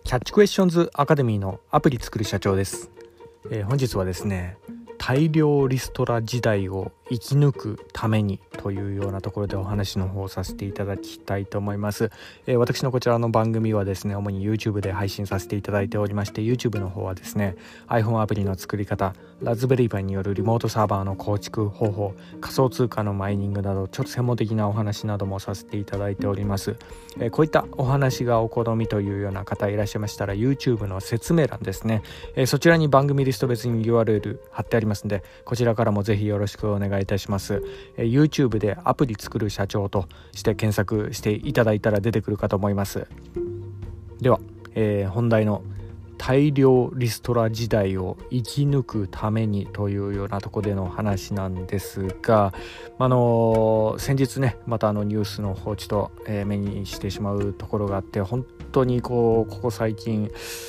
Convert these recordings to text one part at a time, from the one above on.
キャッチクエスチョンズアカデミーのアプリ作る社長です。本日はですね、大量リストラ時代を生き抜くためにというようなところでお話の方をさせていただきたいと思います。私のこちらの番組はですね、主に YouTube で配信させていただいておりまして、 YouTube の方はですね iPhone アプリの作り方、ラズベリーパイによるリモートサーバーの構築方法、仮想通貨のマイニングなどちょっと専門的なお話などもさせていただいております。こういったお話がお好みというような方いらっしゃいましたら、 YouTube の説明欄ですね、そちらに番組リスト別に URL 貼ってありますので、こちらからもぜひよろしくお願いいたします。YouTube でアプリ作る社長として検索していただいたら出てくるかと思います。では、本題の大量リストラ時代を生き抜くためにというようなところでの話なんですが、先日ね、またニュースの方ちょっと、目にしてしまうところがあって、本当にここ最近、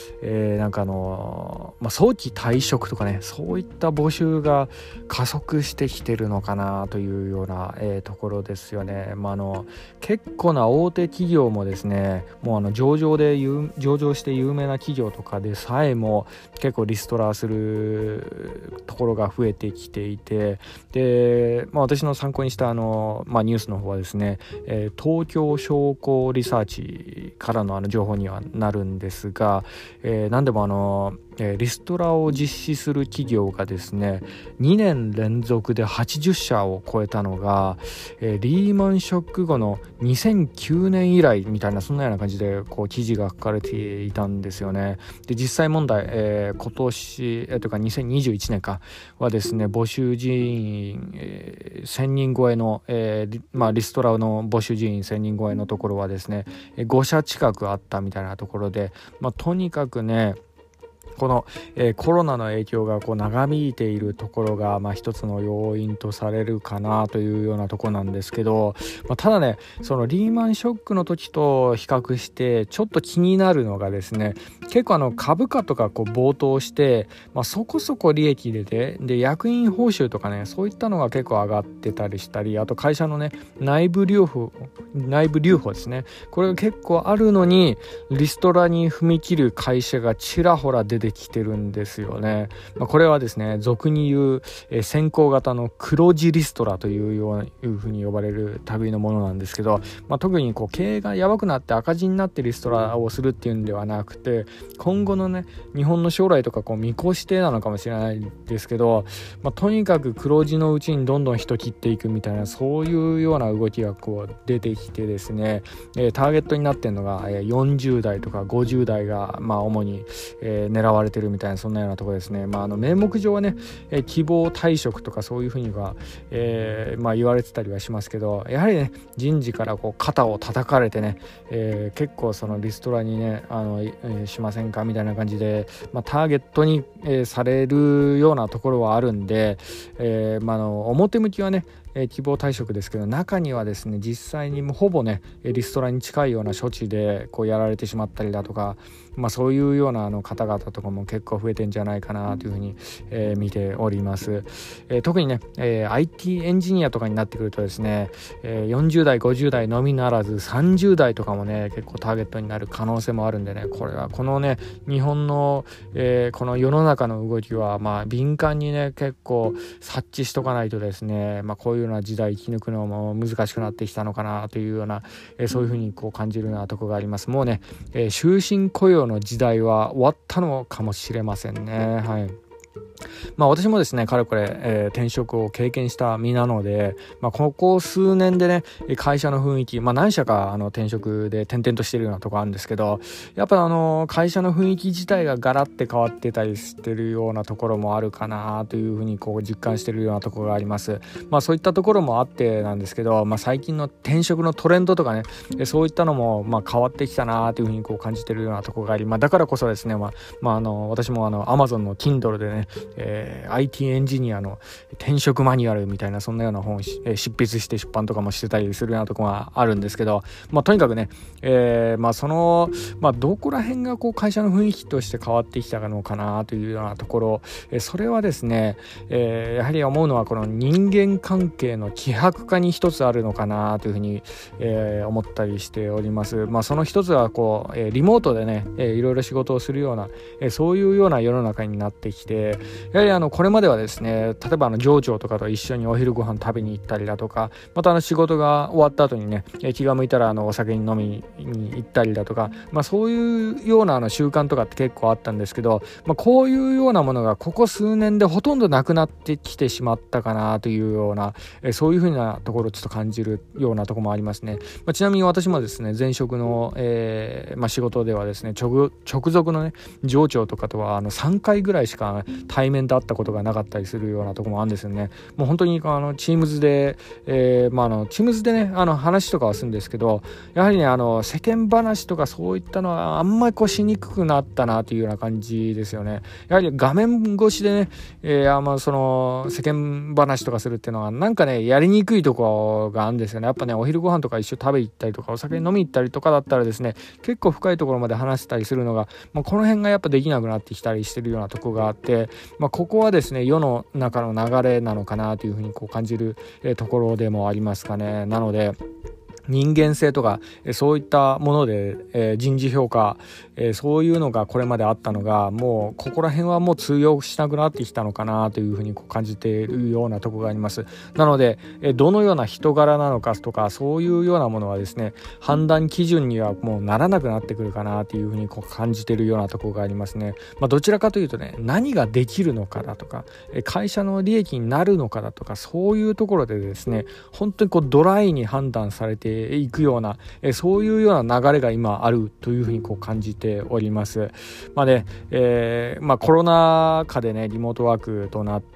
早期退職とかね、そういった募集が加速してきてるのかなというような、ところですよね。結構な大手企業もですね、もう上場して有名な企業とかでさえも結構リストラするところが増えてきていて、で、私の参考にしたニュースの方はですね、東京商工リサーチからの情報にはなるんですが、何でもリストラを実施する企業がですね、2年連続で80社を超えたのが、リーマンショック後の2009年以来みたいな、そんなような感じで記事が書かれていたんですよね。で、実際問題、今年、というか2021年かはですね、募集人員、1000人超えの、リストラの募集人員1000人超えのところはですね、5社近くあったみたいなところで、とにかくね、この、コロナの影響が長引いているところが、一つの要因とされるかなというようなところなんですけど、ただね、そのリーマンショックの時と比較してちょっと気になるのがですね、結構株価とか暴騰して、そこそこ利益出て、で役員報酬とかね、そういったのが結構上がってたりしたり、あと会社のね、内部留保ですね、これが結構あるのにリストラに踏み切る会社がちらほら出てきてるんですよね。これはですね、俗に言う、先行型の黒字リストラというふうに呼ばれる類のものなんですけど、特に経営がやばくなって赤字になってリストラをするっていうんではなくて、今後のね、日本の将来とか見越してなのかもしれないですけど、とにかく黒字のうちにどんどん人切っていくみたいな、そういうような動きが出てきてですね、ターゲットになっているのが40代とか50代が主に狙われてるみたいな、そんなようなところですね。名目上はね、希望退職とかそういうふうには、言われてたりはしますけど、やはりね、人事から肩を叩かれてね、結構そのリストラにね、しませんかみたいな感じで、ターゲットに、されるようなところはあるんで、表向きはね、希望退職ですけど、中にはですね、実際にもほぼねリストラに近いような処置でやられてしまったりだとか、そういうような方々とかも結構増えてんじゃないかなというふうに、見ております。特にね、IT エンジニアとかになってくるとですね、40代50代のみならず30代とかもね、結構ターゲットになる可能性もあるんでね、このね、日本の、この世の中の動きは敏感にね、結構察知しとかないとですね、こういうような時代生き抜くのも難しくなってきたのかなというような、そういうふうに感じるようなところがあります。もうね、終身雇用の時代は終わったのかもしれませんね。はい。私もですね、かれこれ、転職を経験した身なので、ここ数年でね、会社の雰囲気、何社か転職で転々としてるようなところあるんですけど、やっぱ会社の雰囲気自体がガラッて変わってたりしてるようなところもあるかなというふうに実感してるようなところがあります。そういったところもあってなんですけど、最近の転職のトレンドとかね、そういったのも変わってきたなというふうに感じてるようなところがあり、だからこそですね、私もAmazon の Kindle でね、 IT エンジニアの転職マニュアルみたいな、そんなような本を執筆して出版とかもしてたりするようなところがあるんですけど、とにかくね、その、どこら辺がこう会社の雰囲気として変わってきたのかなというようなところ、それはですね、やはり思うのはこの人間関係の希薄化に一つあるのかなというふうに、思ったりしております。その一つはこう、リモートでね、いろいろ仕事をするような、そういうような世の中になってきて、やはりこれまではですね、例えば上長とかと一緒にお昼ご飯食べに行ったりだとか、また仕事が終わった後にね、気が向いたらお酒に飲みに行ったりだとか、そういうような習慣とかって結構あったんですけど、こういうようなものがここ数年でほとんどなくなってきてしまったかなというような、そういうふうなところをちょっと感じるようなところもありますね。ちなみに私もですね、前職の、仕事ではですね、直属のね上長とかとは3回ぐらいしか対面で会ったことがなかったりするようなところもあるんですよね。もう本当にTeams で、Teams でね話とかはするんですけど、やはりね世間話とかそういったのはあんまりしにくくなったなというような感じですよね。やはり画面越しでね、その世間話とかするっていうのはなんかねやりにくいところがあるんですよね。やっぱねお昼ご飯とか一緒食べ行ったりとかお酒飲み行ったりとかだったらですね、結構深いところまで話したりするのが、この辺がやっぱできなくなってきたりしてるようなところがあって、ここはですね世の中の流れなのかなというふうに感じるところでもありますかね。なので人間性とかそういったもので人事評価そういうのがこれまであったのが、もうここら辺はもう通用しなくなってきたのかなというふうに感じているようなところがあります。なのでどのような人柄なのかとかそういうようなものはですね、判断基準にはもうならなくなってくるかなというふうに感じているようなところがありますね。どちらかというとね、何ができるのかだとか会社の利益になるのかだとか、そういうところでですね、本当にドライに判断されていくようなそういうような流れが今あるというふうに感じております。コロナ禍でねリモートワークとなって、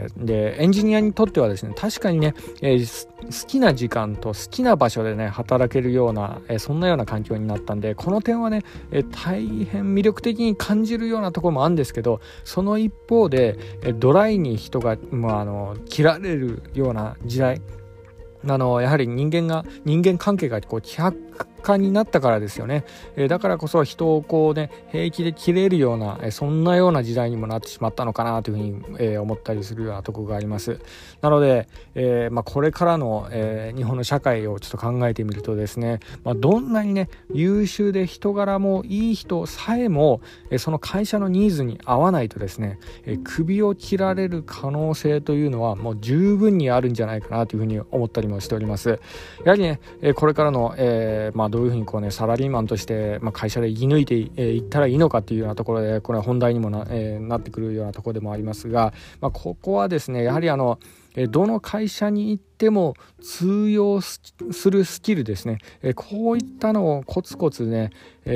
でエンジニアにとってはですね、確かにね、好きな時間と好きな場所でね働けるようなそんなような環境になったんで、この点はね大変魅力的に感じるようなところもあるんですけど、その一方でドライに人が切られるような時代、やはり人間関係が希薄化になったからですよね。だからこそ人を平気で切れるようなそんなような時代にもなってしまったのかなというふうに、思ったりするようなところがあります。なので、これからの、日本の社会をちょっと考えてみるとですね、どんなにね優秀で人柄もいい人さえもその会社のニーズに合わないとですね、首を切られる可能性というのはもう十分にあるんじゃないかなというふうに思ったりもしております。やはりねこれからの、どういうふうにサラリーマンとして、会社で生き抜いていったらいいのかっていうようなところで、これは本題にもなってくるようなところでもありますが、ここはですねやはりどの会社に行っても通用するスキルですね、こういったのをコツコツね、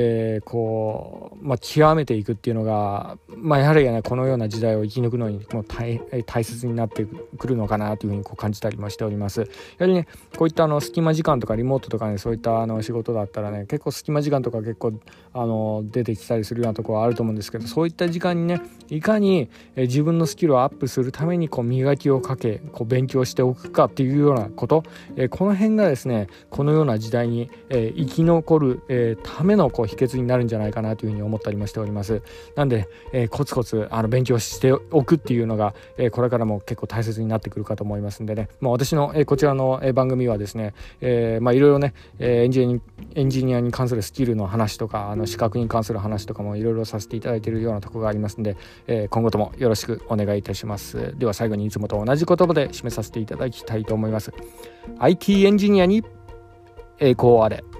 極めていくっていうのが、やはりねこのような時代を生き抜くのにもう大切になってくるのかなというふうに感じたりもしております。やはりねこういった隙間時間とかリモートとかね、そういった仕事だったらね、結構隙間時間とか結構出てきたりするようなところはあると思うんですけど、そういった時間にねいかに自分のスキルをアップするために磨きをかけ勉強しておくかっていうようなこと、この辺がですねこのような時代に生き残るための秘訣になるんじゃないかなというふうに思ったりもしております。なんでコツコツ勉強しておくっていうのがこれからも結構大切になってくるかと思いますんでね、私のこちらの番組はですねいろいろねエンジニアに関するスキルの話とか資格に関する話とかもいろいろさせていただいているようなところがありますので、今後ともよろしくお願いいたします。では最後にいつもと同じ言葉で締めさせていただきたいと思います。IT エンジニアに栄光あれ。